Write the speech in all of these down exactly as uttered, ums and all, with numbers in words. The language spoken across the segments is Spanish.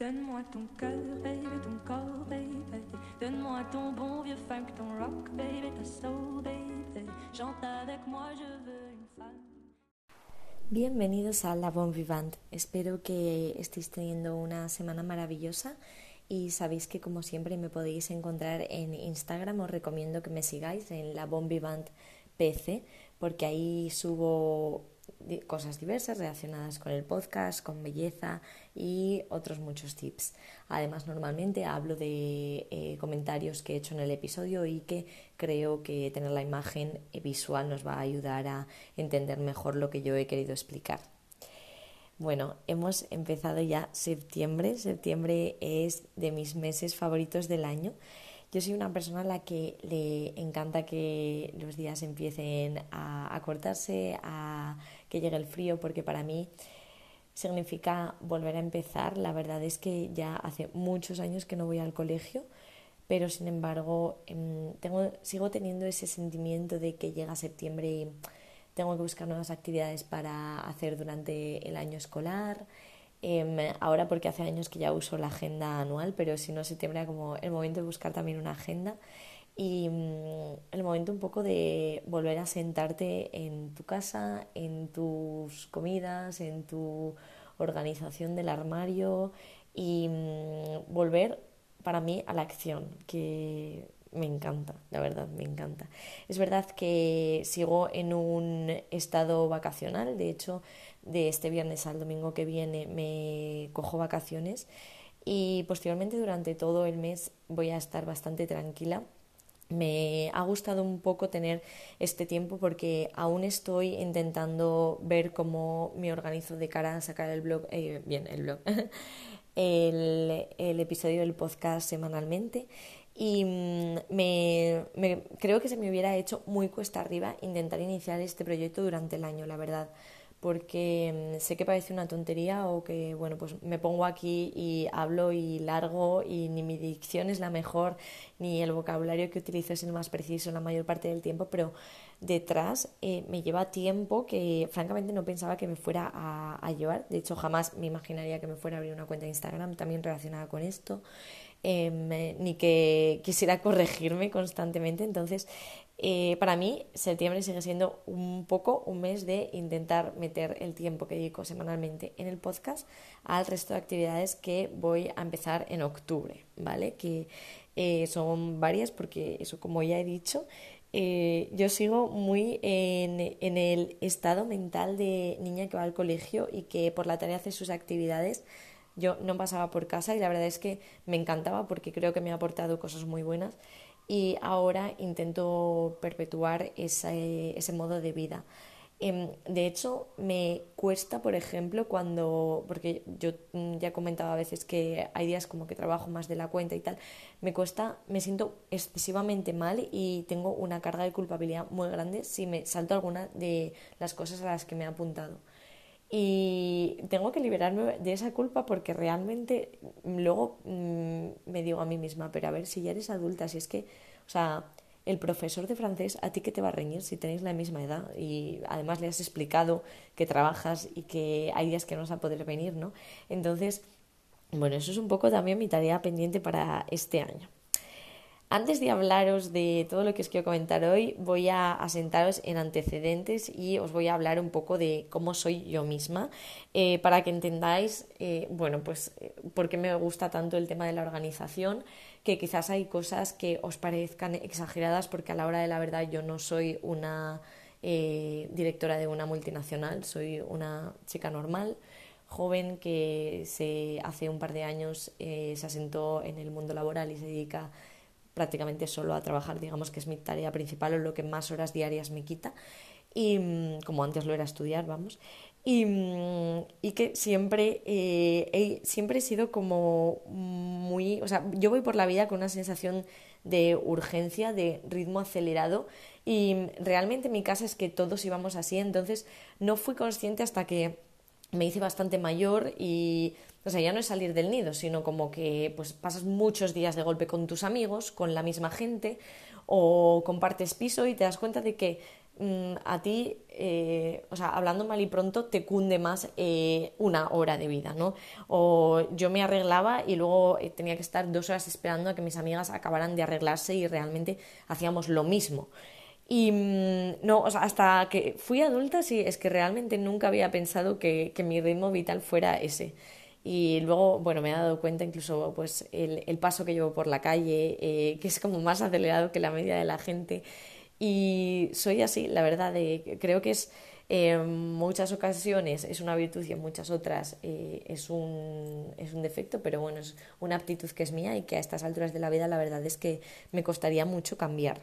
Donne-moi ton cœur, baby, ton corps, baby. Donne-moi ton bon vieux funk, ton rock, baby, ta soul, baby. Chante avec moi, je veux une femme. Bienvenidos a La Bon Vivant. Espero que estéis teniendo una semana maravillosa y sabéis que como siempre me podéis encontrar en Instagram. Os recomiendo que me sigáis en La Bon Vivant P C porque ahí subo cosas diversas relacionadas con el podcast, con belleza y otros muchos tips. Además, normalmente hablo de eh, comentarios que he hecho en el episodio y que creo que tener la imagen visual nos va a ayudar a entender mejor lo que yo he querido explicar. Bueno, hemos empezado ya septiembre. Septiembre es de mis meses favoritos del año. Yo soy una persona a la que le encanta que los días empiecen a, a cortarse, a que llegue el frío, porque para mí significa volver a empezar. La verdad es que ya hace muchos años que no voy al colegio, pero sin embargo tengo, sigo teniendo ese sentimiento de que llega septiembre y tengo que buscar nuevas actividades para hacer durante el año escolar. Eh, ahora porque hace años que ya uso la agenda anual, pero si no, septiembre era como el momento de buscar también una agenda y um, el momento un poco de volver a sentarte en tu casa, en tus comidas, en tu organización del armario y um, volver para mí a la acción, que me encanta, la verdad, me encanta. Es verdad que sigo en un estado vacacional, de hecho, de este viernes al domingo que viene me cojo vacaciones y posteriormente durante todo el mes voy a estar bastante tranquila. Me ha gustado un poco tener este tiempo porque aún estoy intentando ver cómo me organizo de cara a sacar el blog, eh, bien, el blog, el, el episodio del podcast semanalmente. Y me, me creo que se me hubiera hecho muy cuesta arriba intentar iniciar este proyecto durante el año, la verdad, porque sé que parece una tontería o que bueno, pues me pongo aquí y hablo y largo y ni mi dicción es la mejor ni el vocabulario que utilizo es el más preciso la mayor parte del tiempo, pero detrás eh, me lleva tiempo que francamente no pensaba que me fuera a, a llevar. De hecho, jamás me imaginaría que me fuera a abrir una cuenta de Instagram también relacionada con esto. Eh, ni que quisiera corregirme constantemente. Entonces, eh, para mí, septiembre sigue siendo un poco un mes de intentar meter el tiempo que dedico semanalmente en el podcast al resto de actividades que voy a empezar en octubre, ¿vale? Que eh, son varias porque eso, como ya he dicho, eh, yo sigo muy en, en el estado mental de niña que va al colegio y que por la tarde hace sus actividades. Yo no pasaba por casa y la verdad es que me encantaba porque creo que me ha aportado cosas muy buenas y ahora intento perpetuar ese, ese modo de vida. De hecho, me cuesta, por ejemplo, cuando, porque yo ya comentaba a veces que hay días como que trabajo más de la cuenta y tal, me cuesta, me siento excesivamente mal y tengo una carga de culpabilidad muy grande si me salto alguna de las cosas a las que me he apuntado. Y tengo que liberarme de esa culpa porque realmente luego mmm, me digo a mí misma, pero a ver, si ya eres adulta, si es que, o sea, el profesor de francés, ¿a ti qué te va a reñir si tenéis la misma edad? Y además le has explicado que trabajas y que hay días que no vas a poder venir, ¿no? Entonces, bueno, eso es un poco también mi tarea pendiente para este año. Antes de hablaros de todo lo que os quiero comentar hoy, voy a asentaros en antecedentes y os voy a hablar un poco de cómo soy yo misma, eh, para que entendáis, eh, bueno, pues eh, por qué me gusta tanto el tema de la organización, que quizás hay cosas que os parezcan exageradas porque a la hora de la verdad yo no soy una eh, directora de una multinacional, soy una chica normal, joven que se, hace un par de años eh, se asentó en el mundo laboral y se dedica prácticamente solo a trabajar, digamos que es mi tarea principal o lo que más horas diarias me quita y como antes lo era estudiar, vamos, y, y que siempre eh, he, siempre he sido como muy, o sea, yo voy por la vida con una sensación de urgencia, de ritmo acelerado y realmente mi casa es que todos íbamos así, entonces no fui consciente hasta que me hice bastante mayor y, o sea, ya no es salir del nido, sino como que pues pasas muchos días de golpe con tus amigos, con la misma gente, o compartes piso y te das cuenta de que mmm, a ti, eh, o sea, hablando mal y pronto, te cunde más eh, una hora de vida, ¿no? O yo me arreglaba y luego eh, tenía que estar dos horas esperando a que mis amigas acabaran de arreglarse y realmente hacíamos lo mismo. Y mmm, no, o sea, hasta que fui adulta, sí, es que realmente nunca había pensado que, que mi ritmo vital fuera ese. Y luego, bueno, me he dado cuenta incluso pues el, el paso que llevo por la calle, eh, que es como más acelerado que la media de la gente. Y soy así, la verdad, de, creo que es eh, en muchas ocasiones es una virtud y en muchas otras eh, es, un, es un defecto, pero bueno, es una aptitud que es mía y que a estas alturas de la vida la verdad es que me costaría mucho cambiar.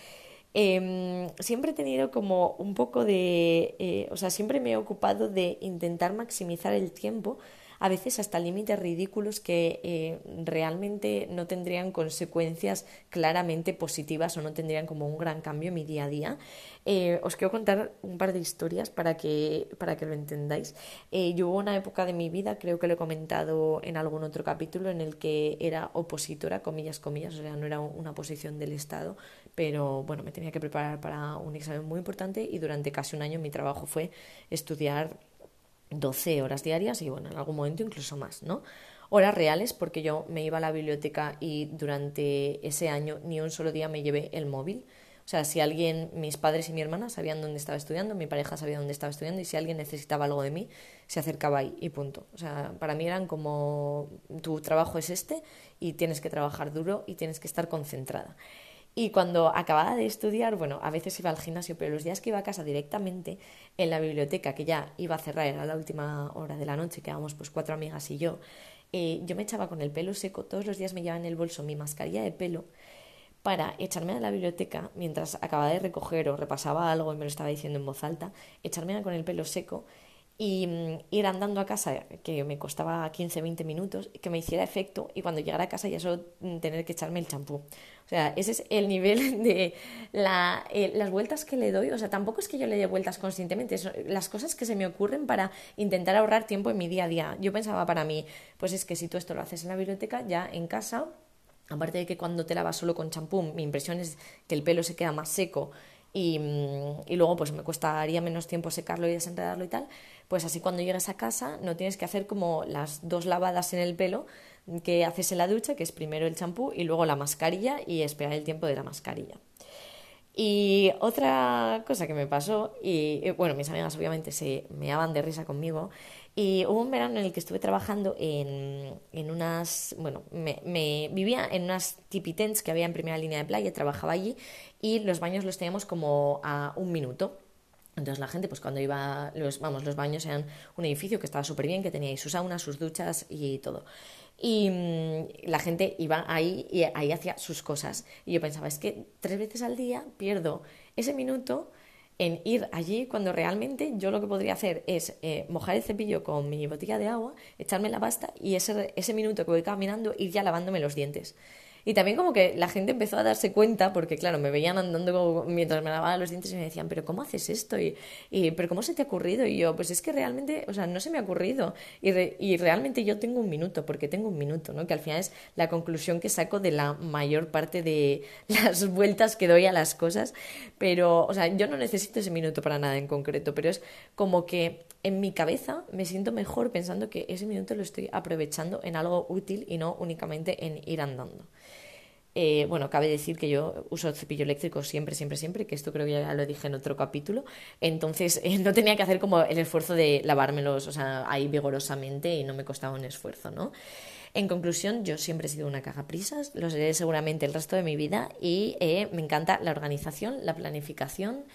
Eh, siempre he tenido como un poco de, eh, o sea, siempre me he ocupado de intentar maximizar el tiempo, a veces hasta límites ridículos que eh, realmente no tendrían consecuencias claramente positivas o no tendrían como un gran cambio en mi día a día. Eh, os quiero contar un par de historias para que, para que lo entendáis. Eh, yo hubo una época de mi vida, creo que lo he comentado en algún otro capítulo, en el que era opositora, comillas, comillas, o sea, no era una posición del Estado, pero bueno, me tenía que preparar para un examen muy importante y durante casi un año mi trabajo fue estudiar doce horas diarias y bueno, en algún momento incluso más, ¿no? Horas reales porque yo me iba a la biblioteca y durante ese año ni un solo día me llevé el móvil. O sea, si alguien, mis padres y mi hermana sabían dónde estaba estudiando, mi pareja sabía dónde estaba estudiando y si alguien necesitaba algo de mí, se acercaba ahí y punto. O sea, para mí eran como tu trabajo es este y tienes que trabajar duro y tienes que estar concentrada. Y cuando acababa de estudiar, bueno, a veces iba al gimnasio, pero los días que iba a casa directamente, en la biblioteca, que ya iba a cerrar, era la última hora de la noche, quedábamos pues cuatro amigas y yo, eh, yo me echaba con el pelo seco, todos los días me llevaba en el bolso mi mascarilla de pelo para echarme a la biblioteca mientras acababa de recoger o repasaba algo y me lo estaba diciendo en voz alta, echarme con el pelo seco y mm, ir andando a casa, que me costaba quince veinte minutos, que me hiciera efecto y cuando llegara a casa ya solo mm, tener que echarme el champú. O sea, ese es el nivel de la, eh, las vueltas que le doy. O sea, tampoco es que yo le dé vueltas conscientemente, son las cosas que se me ocurren para intentar ahorrar tiempo en mi día a día. Yo pensaba para mí, pues es que si tú esto lo haces en la biblioteca, ya en casa, aparte de que cuando te lavas solo con champú, mi impresión es que el pelo se queda más seco y, y luego pues me costaría menos tiempo secarlo y desenredarlo y tal, pues así cuando llegues a casa no tienes que hacer como las dos lavadas en el pelo que haces en la ducha, que es primero el champú y luego la mascarilla y esperar el tiempo de la mascarilla. Y otra cosa que me pasó, y bueno, mis amigas obviamente se meaban de risa conmigo, y hubo un verano en el que estuve trabajando en, en unas, bueno, me, me vivía en unas tipi tents que había en primera línea de playa, trabajaba allí y los baños los teníamos como a un minuto. Entonces la gente, pues cuando iba, los, vamos, los baños eran un edificio que estaba súper bien, que tenía ahí sus saunas, sus duchas y todo. Y mmm, la gente iba ahí y ahí hacía sus cosas. Y yo pensaba, es que tres veces al día pierdo ese minuto en ir allí cuando realmente yo lo que podría hacer es eh, mojar el cepillo con mi botella de agua, echarme la pasta y ese, ese minuto que voy caminando ir ya lavándome los dientes. Y también como que la gente empezó a darse cuenta, porque claro, me veían andando mientras me lavaba los dientes y me decían, pero ¿cómo haces esto? Y, y ¿pero cómo se te ha ocurrido? Y yo, pues es que realmente, o sea, no se me ha ocurrido. Y, re, y realmente yo tengo un minuto, porque tengo un minuto, ¿no? Que al final es la conclusión que saco de la mayor parte de las vueltas que doy a las cosas. Pero, o sea, yo no necesito ese minuto para nada en concreto, pero es como que en mi cabeza me siento mejor pensando que ese minuto lo estoy aprovechando en algo útil y no únicamente en ir andando. Eh, bueno, cabe decir que yo uso cepillo eléctrico siempre, siempre, siempre, que esto creo que ya lo dije en otro capítulo, entonces eh, no tenía que hacer como el esfuerzo de lavármelos, o sea, ahí vigorosamente y no me costaba un esfuerzo, ¿no? En conclusión, yo siempre he sido una cagaprisas, lo seré seguramente el resto de mi vida y eh, me encanta la organización, la planificación,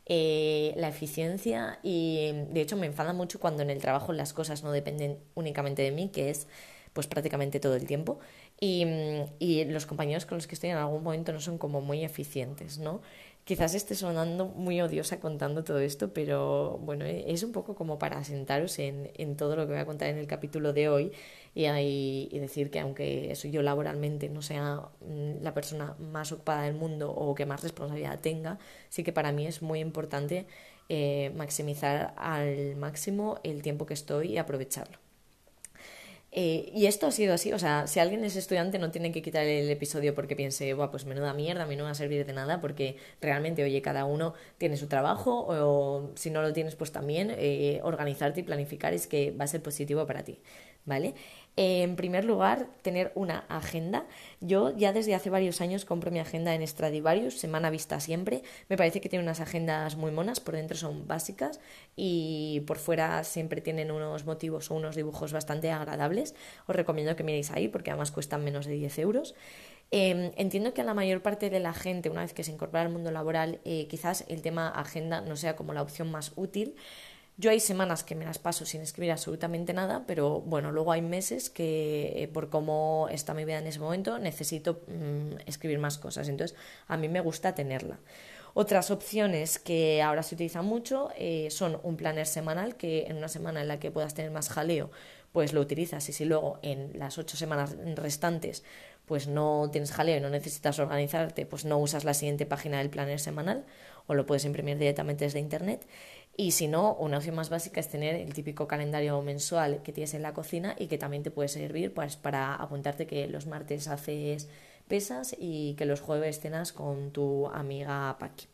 eh, la eficiencia y de hecho me enfada mucho cuando en el trabajo las cosas no dependen únicamente de mí, que es pues prácticamente todo el tiempo y, y los compañeros con los que estoy en algún momento no son como muy eficientes, ¿no? Quizás esté sonando muy odiosa contando todo esto, pero bueno, es un poco como para asentaros en, en todo lo que voy a contar en el capítulo de hoy y, y, y decir que aunque eso yo laboralmente no sea la persona más ocupada del mundo o que más responsabilidad tenga, sí que para mí es muy importante eh, maximizar al máximo el tiempo que estoy y aprovecharlo. Eh, y esto ha sido así, o sea, si alguien es estudiante no tiene que quitar el episodio porque piense, Buah, pues menuda mierda, a mí no me va a servir de nada, porque realmente, oye, cada uno tiene su trabajo, o si no lo tienes, pues también eh, organizarte y planificar es que va a ser positivo para ti, ¿vale? Eh, en primer lugar, tener una agenda. Yo ya desde hace varios años compro mi agenda en Stradivarius, semana vista siempre. Me parece que tiene unas agendas muy monas, por dentro son básicas y por fuera siempre tienen unos motivos o unos dibujos bastante agradables. Os recomiendo que miréis ahí porque además cuestan menos de diez euros. Eh, entiendo que a la mayor parte de la gente, una vez que se incorpora al mundo laboral, eh, quizás el tema agenda no sea como la opción más útil. Yo hay semanas que me las paso sin escribir absolutamente nada, pero bueno, luego hay meses que eh, por cómo está mi vida en ese momento necesito mmm, escribir más cosas, entonces a mí me gusta tenerla. Otras opciones que ahora se utilizan mucho eh, son un planner semanal, que en una semana en la que puedas tener más jaleo, pues lo utilizas, y si luego en las ocho semanas restantes pues no tienes jaleo y no necesitas organizarte, pues no usas la siguiente página del planner semanal o lo puedes imprimir directamente desde internet. Y si no, una opción más básica es tener el típico calendario mensual que tienes en la cocina y que también te puede servir pues para apuntarte que los martes haces pesas y que los jueves cenas con tu amiga Paqui.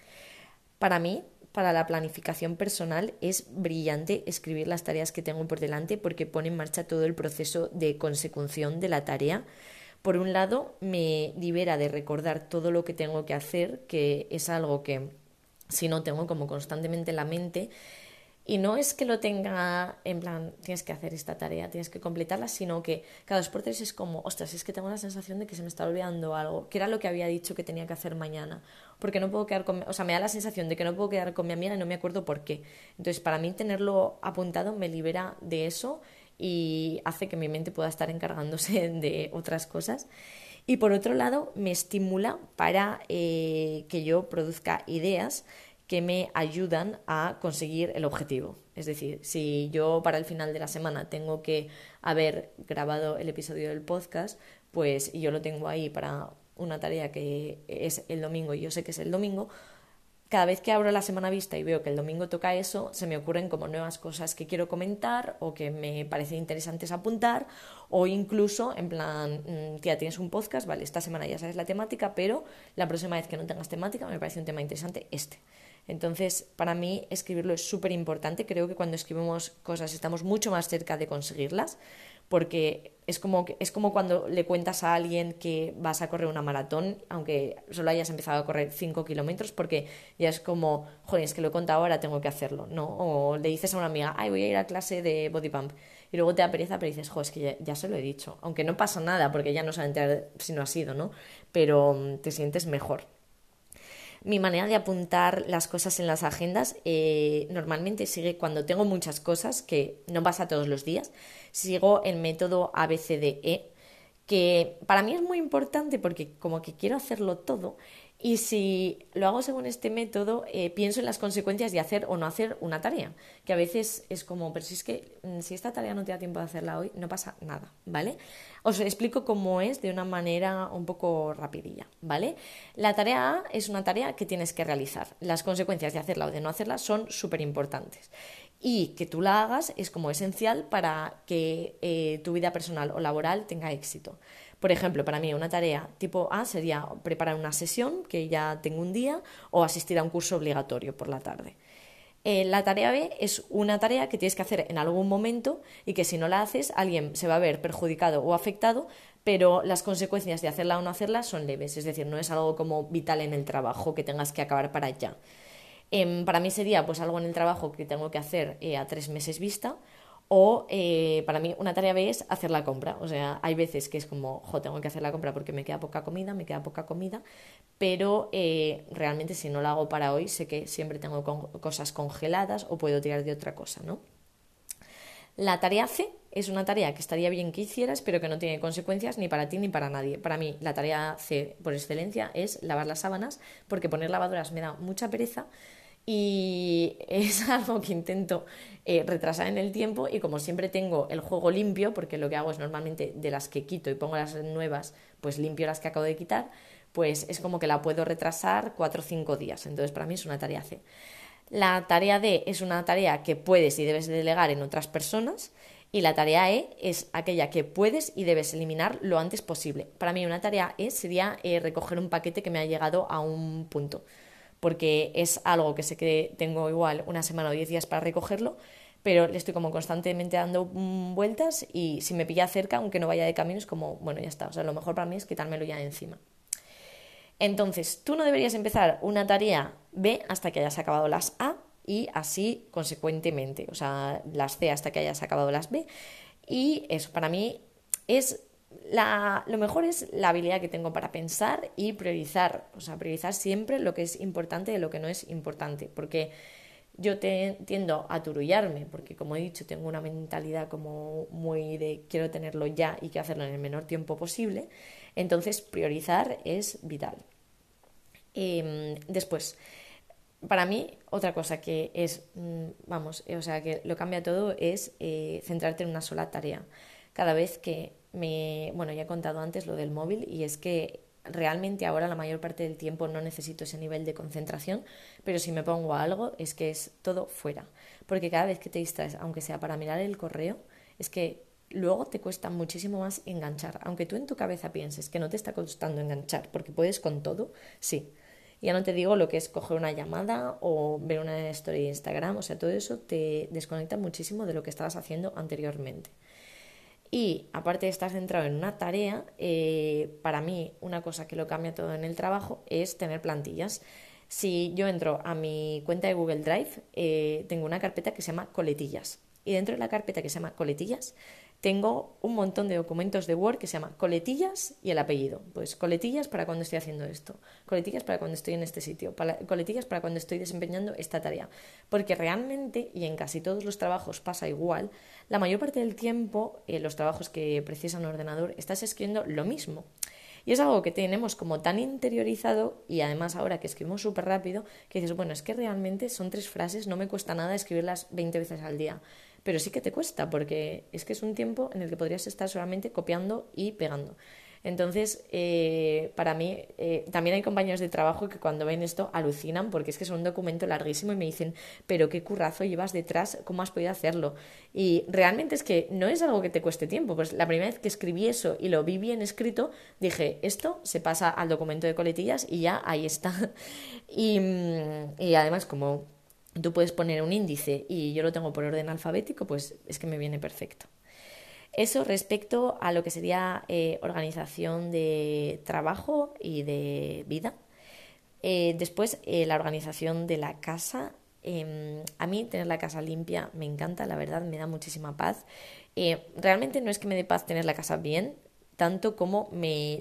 Para mí, para la planificación personal, es brillante escribir las tareas que tengo por delante porque pone en marcha todo el proceso de consecución de la tarea. Por un lado, me libera de recordar todo lo que tengo que hacer, que es algo que si no tengo como constantemente en la mente, y no es que lo tenga en plan, tienes que hacer esta tarea, tienes que completarla, sino que cada dos por tres es como, ostras, es que tengo la sensación de que se me está olvidando algo, que era lo que había dicho que tenía que hacer mañana, porque no puedo quedar con, o sea, me da la sensación de que no puedo quedar con mi amiga y no me acuerdo por qué. Entonces, para mí tenerlo apuntado me libera de eso y hace que mi mente pueda estar encargándose de otras cosas. Y por otro lado, me estimula para eh, que yo produzca ideas que me ayudan a conseguir el objetivo. Es decir, si yo para el final de la semana tengo que haber grabado el episodio del podcast, pues y yo lo tengo ahí para una tarea que es el domingo y yo sé que es el domingo, cada vez que abro la semana vista y veo que el domingo toca eso, se me ocurren como nuevas cosas que quiero comentar o que me parecen interesantes apuntar, o incluso en plan, tía, tienes un podcast, vale, esta semana ya sabes la temática, pero la próxima vez que no tengas temática me parece un tema interesante este. Entonces, para mí escribirlo es súper importante. Creo que cuando escribimos cosas estamos mucho más cerca de conseguirlas, porque es como, es como cuando le cuentas a alguien que vas a correr una maratón, aunque solo hayas empezado a correr cinco kilómetros, porque ya es como, joder, es que lo he contado ahora, tengo que hacerlo, ¿no? O le dices a una amiga, ay, voy a ir a clase de body pump, y luego te da pereza, pero dices, joder, es que ya, ya se lo he dicho, aunque no pasa nada, porque ya no se va a enterar si no ha sido, ¿no? Pero um, te sientes mejor. Mi manera de apuntar las cosas en las agendas eh, normalmente sigue, cuando tengo muchas cosas, que no pasa todos los días, sigo el método A B C D E, que para mí es muy importante porque como que quiero hacerlo todo, y si lo hago según este método, eh, pienso en las consecuencias de hacer o no hacer una tarea, que a veces es como, pero si es que si esta tarea no te da tiempo de hacerla hoy, no pasa nada, ¿vale? Os explico cómo es de una manera un poco rapidilla, ¿vale? La tarea A es una tarea que tienes que realizar. Las consecuencias de hacerla o de no hacerla son súper importantes. Y que tú la hagas es como esencial para que eh, tu vida personal o laboral tenga éxito. Por ejemplo, para mí una tarea tipo A sería preparar una sesión, que ya tengo un día, o asistir a un curso obligatorio por la tarde. Eh, la tarea B es una tarea que tienes que hacer en algún momento y que si no la haces alguien se va a ver perjudicado o afectado, pero las consecuencias de hacerla o no hacerla son leves, es decir, no es algo como vital en el trabajo que tengas que acabar para allá. Eh, para mí sería pues algo en el trabajo que tengo que hacer eh, a tres meses vista. O eh, para mí una tarea B es hacer la compra. O sea, hay veces que es como, jo, tengo que hacer la compra porque me queda poca comida, me queda poca comida, pero eh, realmente si no la hago para hoy sé que siempre tengo con- cosas congeladas o puedo tirar de otra cosa, ¿no? La tarea C es una tarea que estaría bien que hicieras, pero que no tiene consecuencias ni para ti ni para nadie. Para mí, la tarea C por excelencia es lavar las sábanas, porque poner lavadoras me da mucha pereza y es algo que intento eh, retrasar en el tiempo, y como siempre tengo el juego limpio, porque lo que hago es normalmente de las que quito y pongo las nuevas, pues limpio las que acabo de quitar, pues es como que la puedo retrasar cuatro o cinco días. Entonces para mí es una tarea C. La tarea D es una tarea que puedes y debes delegar en otras personas, Y la tarea E es aquella que puedes y debes eliminar lo antes posible. Para mí una tarea E sería eh, recoger un paquete que me ha llegado a un punto, porque es algo que sé que tengo igual una semana o diez días para recogerlo, pero le estoy como constantemente dando mm, vueltas y si me pilla cerca, aunque no vaya de camino, es como, bueno, ya está. O sea, lo mejor para mí es quitármelo ya de encima. Entonces, tú no deberías empezar una tarea B hasta que hayas acabado las A y así consecuentemente, o sea, las C hasta que hayas acabado las B. Y eso para mí es la, lo mejor es la habilidad que tengo para pensar y priorizar, o sea, priorizar siempre lo que es importante de lo que no es importante, porque yo te, tiendo a turullarme, porque como he dicho, tengo una mentalidad como muy de quiero tenerlo ya y quiero hacerlo en el menor tiempo posible, entonces priorizar es vital. Eh, después, para mí, otra cosa que es, vamos, o sea, que lo cambia todo es eh, centrarte en una sola tarea. Cada vez que me, bueno, ya he contado antes lo del móvil y es que realmente ahora la mayor parte del tiempo no necesito ese nivel de concentración, pero si me pongo a algo es que es todo fuera. Porque cada vez que te distraes, aunque sea para mirar el correo, es que luego te cuesta muchísimo más enganchar. Aunque tú en tu cabeza pienses que no te está costando enganchar porque puedes con todo, sí. Ya no te digo lo que es coger una llamada o ver una story de Instagram, o sea, todo eso te desconecta muchísimo de lo que estabas haciendo anteriormente. Y aparte de estar centrado en una tarea, eh, para mí una cosa que lo cambia todo en el trabajo es tener plantillas. Si yo entro a mi cuenta de Google Drive, eh, tengo una carpeta que se llama coletillas. Y dentro de la carpeta que se llama coletillas, tengo un montón de documentos de Word que se llama coletillas y el apellido. Pues coletillas para cuando estoy haciendo esto, coletillas para cuando estoy en este sitio, coletillas para cuando estoy desempeñando esta tarea. Porque realmente, y en casi todos los trabajos pasa igual, la mayor parte del tiempo, eh, los trabajos que precisan un ordenador, estás escribiendo lo mismo. Y es algo que tenemos como tan interiorizado y además ahora que escribimos súper rápido que dices, bueno, es que realmente son tres frases, no me cuesta nada escribirlas veinte veces al día. Pero sí que te cuesta porque es que es un tiempo en el que podrías estar solamente copiando y pegando. Entonces, eh, para mí, eh, también hay compañeros de trabajo que cuando ven esto alucinan porque es que es un documento larguísimo y me dicen, pero qué currazo llevas detrás, ¿cómo has podido hacerlo? Y realmente es que no es algo que te cueste tiempo, pues la primera vez que escribí eso y lo vi bien escrito, dije, esto se pasa al documento de coletillas y ya ahí está. y, y además, como tú puedes poner un índice y yo lo tengo por orden alfabético, pues es que me viene perfecto. Eso respecto a lo que sería eh, organización de trabajo y de vida. Eh, después, eh, la organización de la casa. Eh, a mí tener la casa limpia me encanta, la verdad, me da muchísima paz. Eh, realmente no es que me dé paz tener la casa bien, tanto como me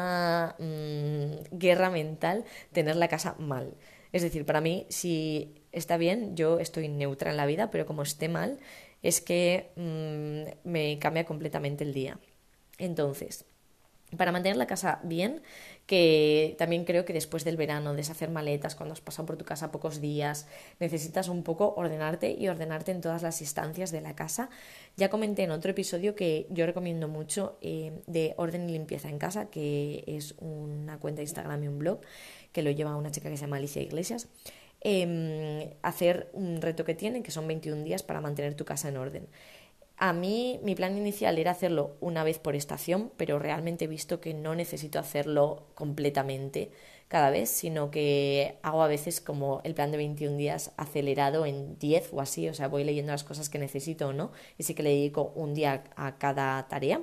da mmm, guerra mental tener la casa mal. Es decir, para mí, si está bien, yo estoy neutra en la vida, pero como esté mal, es que mmm, me cambia completamente el día. Entonces, para mantener la casa bien, que también creo que después del verano, deshacer maletas, cuando has pasado por tu casa pocos días, necesitas un poco ordenarte y ordenarte en todas las instancias de la casa. Ya comenté en otro episodio que yo recomiendo mucho eh, de orden y limpieza en casa, que es una cuenta de Instagram y un blog que lo lleva una chica que se llama Alicia Iglesias. Eh, hacer un reto que tienen, que son veintiún días para mantener tu casa en orden. A mí mi plan inicial era hacerlo una vez por estación, pero realmente he visto que no necesito hacerlo completamente cada vez, sino que hago a veces como el plan de veintiún días acelerado en diez o así, o sea, voy leyendo las cosas que necesito o no, y sí que le dedico un día a cada tarea.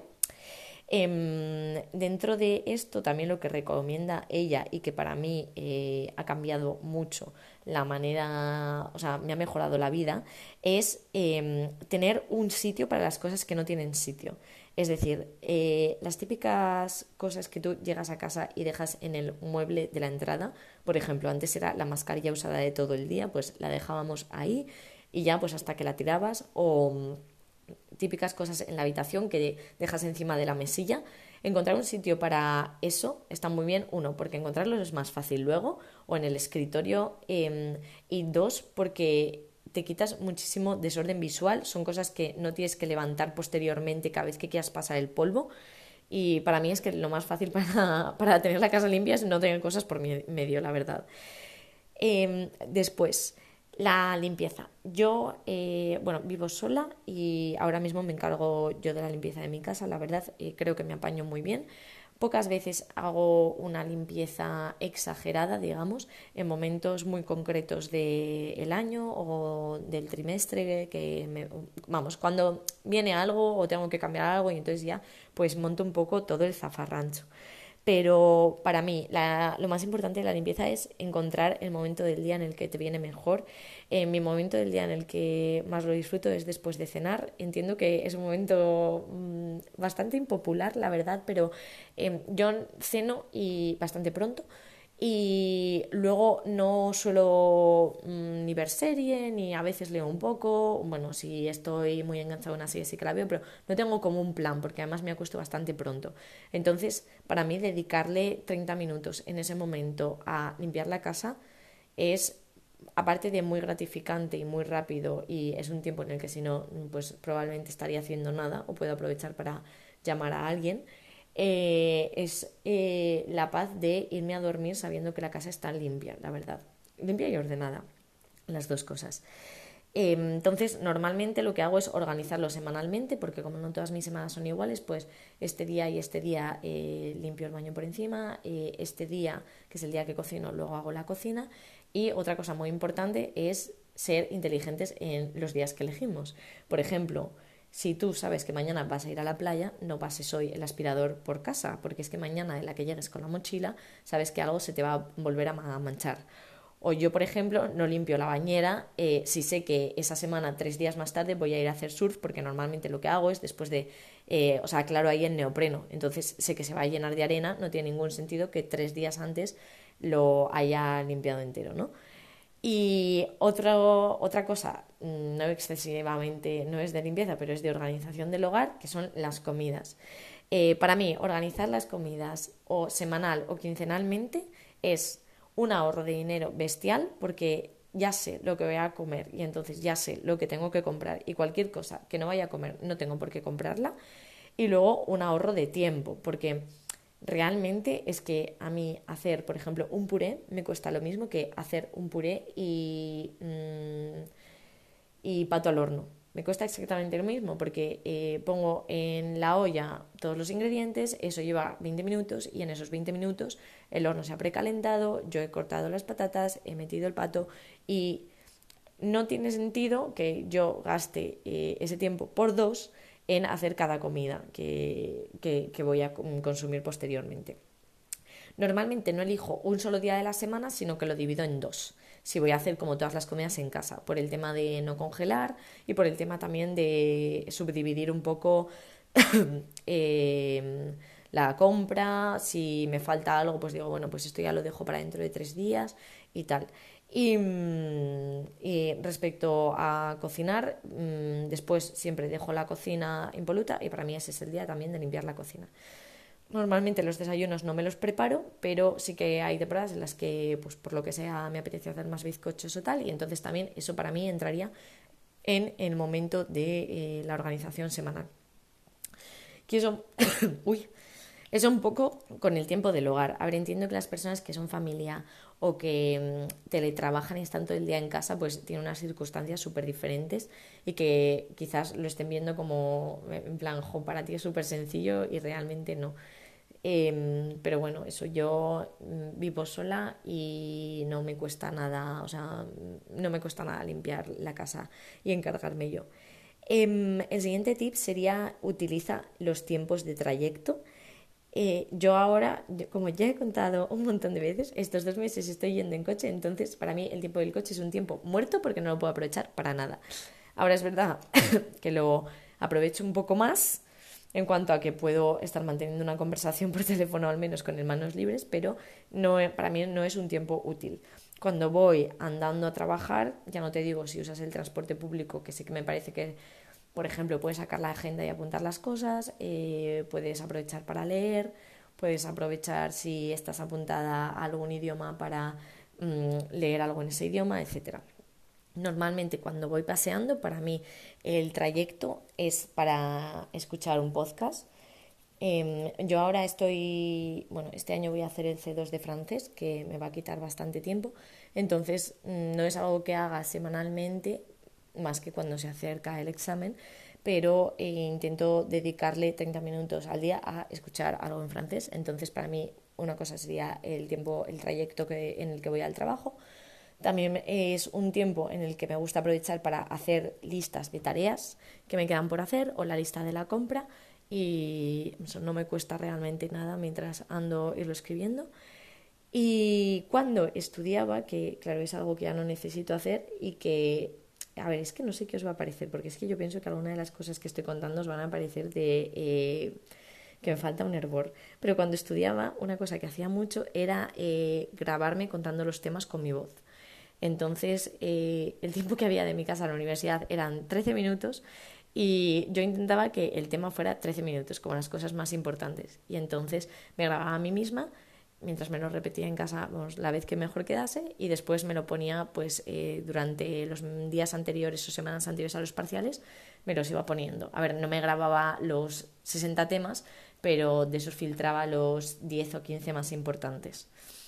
Eh, dentro de esto también lo que recomienda ella y que para mí eh, ha cambiado mucho la manera, o sea, me ha mejorado la vida, es eh, tener un sitio para las cosas que no tienen sitio. Es decir, eh, las típicas cosas que tú llegas a casa y dejas en el mueble de la entrada, por ejemplo, antes era la mascarilla usada de todo el día, pues la dejábamos ahí y ya pues hasta que la tirabas, o típicas cosas en la habitación que dejas encima de la mesilla. Encontrar un sitio para eso está muy bien, uno, porque encontrarlo es más fácil luego, o en el escritorio, eh, y dos, porque te quitas muchísimo desorden visual, son cosas que no tienes que levantar posteriormente cada vez que quieras pasar el polvo, y para mí es que lo más fácil para, para tener la casa limpia es no tener cosas por medio, la verdad. Eh, después, La limpieza. Yo, eh, bueno, vivo sola y ahora mismo me encargo yo de la limpieza de mi casa, la verdad, eh, creo que me apaño muy bien. Pocas veces hago una limpieza exagerada, digamos, en momentos muy concretos del año o del trimestre, que me, vamos, cuando viene algo o tengo que cambiar algo y entonces ya pues monto un poco todo el zafarrancho. Pero para mí la, lo más importante de la limpieza es encontrar el momento del día en el que te viene mejor. Eh, mi momento del día en el que más lo disfruto es después de cenar. Entiendo que es un momento mmm, bastante impopular, la verdad, pero eh, yo ceno y bastante pronto y luego no suelo mmm, ni ver serie, ni a veces leo un poco. Bueno, si estoy muy enganchada en una serie sí que la veo, pero no tengo como un plan, porque además me acuesto bastante pronto. Entonces, para mí, dedicarle treinta minutos en ese momento a limpiar la casa es, aparte de muy gratificante y muy rápido, y es un tiempo en el que si no, pues probablemente estaría haciendo nada, o puedo aprovechar para llamar a alguien. Eh, es eh, la paz de irme a dormir sabiendo que la casa está limpia, la verdad. Limpia y ordenada, las dos cosas. Eh, entonces, normalmente lo que hago es organizarlo semanalmente, porque como no todas mis semanas son iguales, pues este día y este día eh, limpio el baño por encima, eh, este día, que es el día que cocino, luego hago la cocina. Y otra cosa muy importante es ser inteligentes en los días que elegimos. Por ejemplo, si tú sabes que mañana vas a ir a la playa, no pases hoy el aspirador por casa, porque es que mañana en la que llegues con la mochila, sabes que algo se te va a volver a manchar. O yo, por ejemplo, no limpio la bañera eh, si sé que esa semana, tres días más tarde, voy a ir a hacer surf, porque normalmente lo que hago es después de, eh, o sea, claro, ahí en neopreno, entonces sé que se va a llenar de arena, no tiene ningún sentido que tres días antes lo haya limpiado entero, ¿no? Y otro, otra cosa, no excesivamente, no es de limpieza, pero es de organización del hogar, que son las comidas. Eh, para mí, organizar las comidas o semanal o quincenalmente es un ahorro de dinero bestial, porque ya sé lo que voy a comer y entonces ya sé lo que tengo que comprar, y cualquier cosa que no vaya a comer no tengo por qué comprarla. Y luego un ahorro de tiempo, porque realmente es que a mí hacer, por ejemplo, un puré me cuesta lo mismo que hacer un puré y, mmm, y pato al horno. Me cuesta exactamente lo mismo, porque eh, pongo en la olla todos los ingredientes, eso lleva veinte minutos y en esos veinte minutos el horno se ha precalentado, yo he cortado las patatas, he metido el pato y no tiene sentido que yo gaste eh, ese tiempo por dos en hacer cada comida que, que, que voy a consumir posteriormente. Normalmente no elijo un solo día de la semana, sino que lo divido en dos, si voy a hacer como todas las comidas en casa, por el tema de no congelar y por el tema también de subdividir un poco eh, la compra. Si me falta algo, pues digo, bueno, pues esto ya lo dejo para dentro de tres días y tal. Y, y respecto a cocinar, después siempre dejo la cocina impoluta y para mí ese es el día también de limpiar la cocina. Normalmente los desayunos no me los preparo, pero sí que hay temporadas en las que, pues por lo que sea, me apetece hacer más bizcochos o tal, y entonces también eso para mí entraría en el momento de eh, la organización semanal. Que eso, uy, eso un poco con el tiempo del hogar. A ver, entiendo que las personas que son familia o que mmm, teletrabajan y están todo el día en casa, pues tienen unas circunstancias súper diferentes y que quizás lo estén viendo como, en plan, jo, para ti es súper sencillo y realmente no. Eh, pero bueno, eso, yo vivo sola y no me cuesta nada, o sea, no me cuesta nada limpiar la casa y encargarme yo. Eh, el siguiente tip sería: utiliza los tiempos de trayecto. Eh, yo ahora, como ya he contado un montón de veces, estos dos meses estoy yendo en coche, entonces para mí el tiempo del coche es un tiempo muerto porque no lo puedo aprovechar para nada. Ahora es verdad que lo aprovecho un poco más en cuanto a que puedo estar manteniendo una conversación por teléfono al menos con manos libres, pero no, para mí no es un tiempo útil. Cuando voy andando a trabajar, ya no te digo si usas el transporte público, que sí que me parece que, por ejemplo, puedes sacar la agenda y apuntar las cosas, eh, puedes aprovechar para leer, puedes aprovechar si estás apuntada a algún idioma para mmm, leer algo en ese idioma, etcétera. Normalmente cuando voy paseando, para mí el trayecto es para escuchar un podcast. Eh, yo ahora estoy, bueno, este año voy a hacer el C dos de francés, que me va a quitar bastante tiempo, entonces mm, no es algo que haga semanalmente, más que cuando se acerca el examen, pero eh, intento dedicarle treinta minutos al día a escuchar algo en francés, entonces para mí una cosa sería el tiempo, el trayecto que, en el que voy al trabajo. También es un tiempo en el que me gusta aprovechar para hacer listas de tareas que me quedan por hacer o la lista de la compra y eso no me cuesta realmente nada mientras ando irlo escribiendo. Y cuando estudiaba, que claro es algo que ya no necesito hacer y que, a ver, es que no sé qué os va a parecer, porque es que yo pienso que alguna de las cosas que estoy contando os van a parecer de... Eh, que me falta un hervor. Pero cuando estudiaba, una cosa que hacía mucho era eh, grabarme contando los temas con mi voz. Entonces, eh, el tiempo que había de mi casa a la universidad eran trece minutos y yo intentaba que el tema fuera trece minutos, como las cosas más importantes. Y entonces me grababa a mí misma mientras me lo repetía en casa, vamos, la vez que mejor quedase, y después me lo ponía pues eh, durante los días anteriores o semanas anteriores a los parciales, me los iba poniendo. A ver, no me grababa los sesenta temas, pero de esos filtraba los diez o quince más importantes.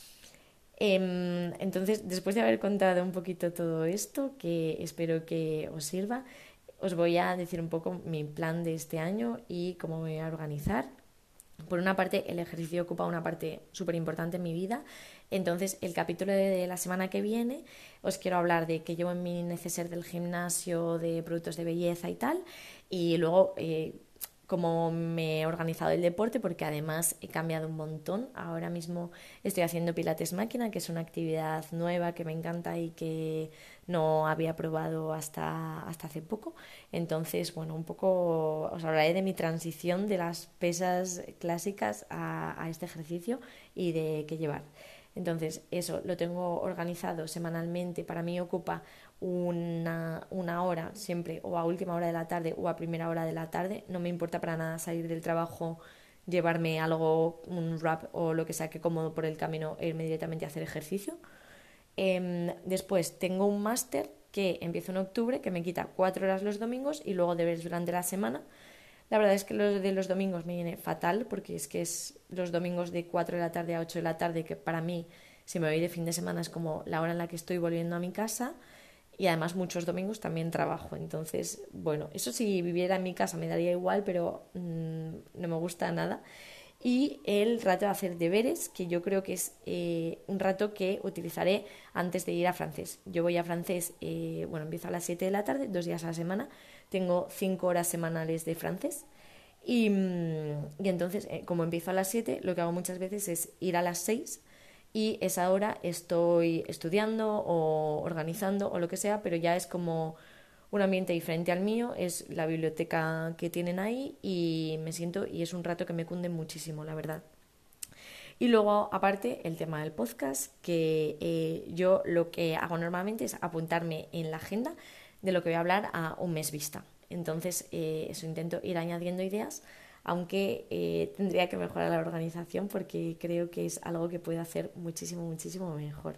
Eh, entonces, después de haber contado un poquito todo esto, que espero que os sirva, os voy a decir un poco mi plan de este año y cómo me voy a organizar. Por una parte, el ejercicio ocupa una parte súper importante en mi vida. Entonces, el capítulo de la semana que viene os quiero hablar de qué llevo en mi neceser del gimnasio, de productos de belleza y tal. Y luego... Eh, cómo me he organizado el deporte, porque además he cambiado un montón. Ahora mismo estoy haciendo pilates máquina, que es una actividad nueva que me encanta y que no había probado hasta, hasta hace poco. Entonces, bueno, un poco os hablaré de mi transición de las pesas clásicas a, a este ejercicio y de qué llevar. Entonces, eso lo tengo organizado semanalmente. Para mí ocupa una, una hora siempre, o a última hora de la tarde o a primera hora de la tarde. No me importa para nada salir del trabajo, llevarme algo, un wrap o lo que sea que cómodo por el camino e irme directamente a hacer ejercicio. Eh, después tengo un máster que empiezo en octubre, que me quita cuatro horas los domingos y luego deberes durante la semana. La verdad es que lo de los domingos me viene fatal, porque es que es los domingos de cuatro de la tarde a ocho de la tarde, que para mí, si me voy de fin de semana, es como la hora en la que estoy volviendo a mi casa. Y además muchos domingos también trabajo. Entonces, bueno, eso si viviera en mi casa me daría igual, pero mmm, no me gusta nada. Y el rato de hacer deberes, que yo creo que es eh, un rato que utilizaré antes de ir a francés. Yo voy a francés, eh, bueno, empiezo a las siete de la tarde, dos días a la semana. Tengo cinco horas semanales de francés. Y, y entonces, eh, como empiezo a las siete, lo que hago muchas veces es ir a las seis y esa hora estoy estudiando o organizando o lo que sea, pero ya es como un ambiente diferente al mío, es la biblioteca que tienen ahí y me siento y es un rato que me cunde muchísimo, la verdad. Y luego, aparte, el tema del podcast, que eh, yo lo que hago normalmente es apuntarme en la agenda de lo que voy a hablar a un mes vista. Entonces, eh, eso intento ir añadiendo ideas, aunque eh, tendría que mejorar la organización porque creo que es algo que puedo hacer muchísimo, muchísimo mejor.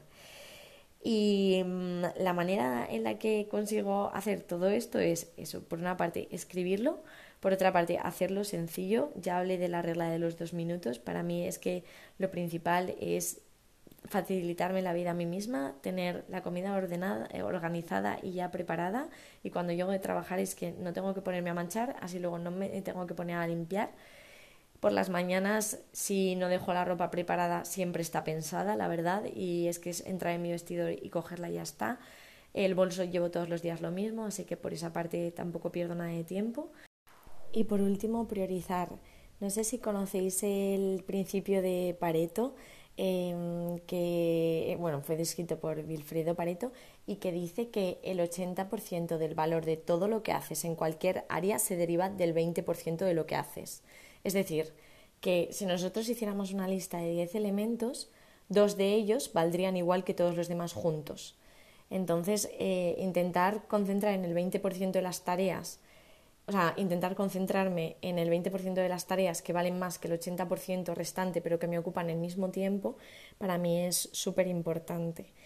Y mmm, la manera en la que consigo hacer todo esto es eso, por una parte escribirlo, por otra parte hacerlo sencillo. Ya hablé de la regla de los dos minutos. Para mí es que lo principal es facilitarme la vida a mí misma, tener la comida ordenada, organizada y ya preparada, y cuando llego de trabajar es que no tengo que ponerme a manchar, así luego no me tengo que poner a limpiar. Por las mañanas, si no dejo la ropa preparada, siempre está pensada, la verdad, y es que es entrar en mi vestidor y cogerla y ya está. El bolso llevo todos los días lo mismo, así que por esa parte tampoco pierdo nada de tiempo. Y por último, priorizar. No sé si conocéis el principio de Pareto, eh, que bueno, fue descrito por Vilfredo Pareto y que dice que el ochenta por ciento del valor de todo lo que haces en cualquier área se deriva del veinte por ciento de lo que haces. Es decir, que si nosotros hiciéramos una lista de diez elementos, dos de ellos valdrían igual que todos los demás juntos. Entonces, eh, intentar concentrar en el veinte por ciento de las tareas, o sea, intentar concentrarme en el veinte por ciento de las tareas que valen más que el ochenta por ciento restante, pero que me ocupan el mismo tiempo, para mí es súper importante.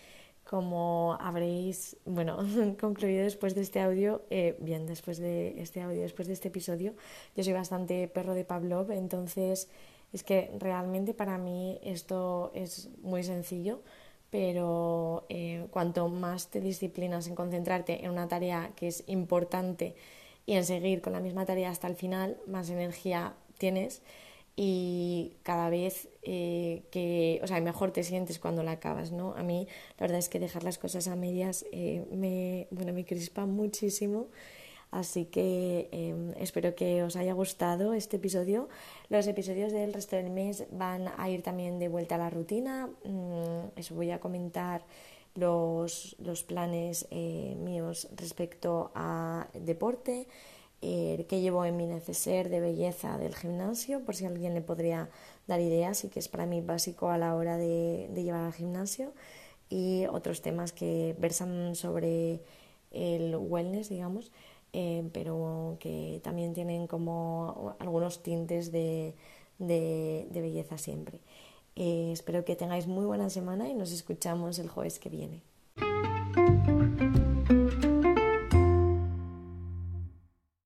como habréis, bueno, concluido después de este audio, eh, bien, después de este audio, después de este episodio, yo soy bastante perro de Pavlov, entonces es que realmente para mí esto es muy sencillo, pero eh, cuanto más te disciplinas en concentrarte en una tarea que es importante y en seguir con la misma tarea hasta el final, más energía tienes y cada vez eh, que, o sea, mejor te sientes cuando la acabas, ¿no? A mí la verdad es que dejar las cosas a medias eh, me, bueno, me crispa muchísimo, así que eh, espero que os haya gustado este episodio. Los episodios del resto del mes van a ir también de vuelta a la rutina, mm, eso voy a comentar los, los planes eh, míos respecto a deporte, eh, que llevo en mi neceser de belleza del gimnasio, por si a alguien le podría dar ideas, y que es para mí básico a la hora de, de llevar al gimnasio, y otros temas que versan sobre el wellness, digamos, eh, pero que también tienen como algunos tintes de, de, de belleza siempre. Eh, espero que tengáis muy buena semana y nos escuchamos el jueves que viene.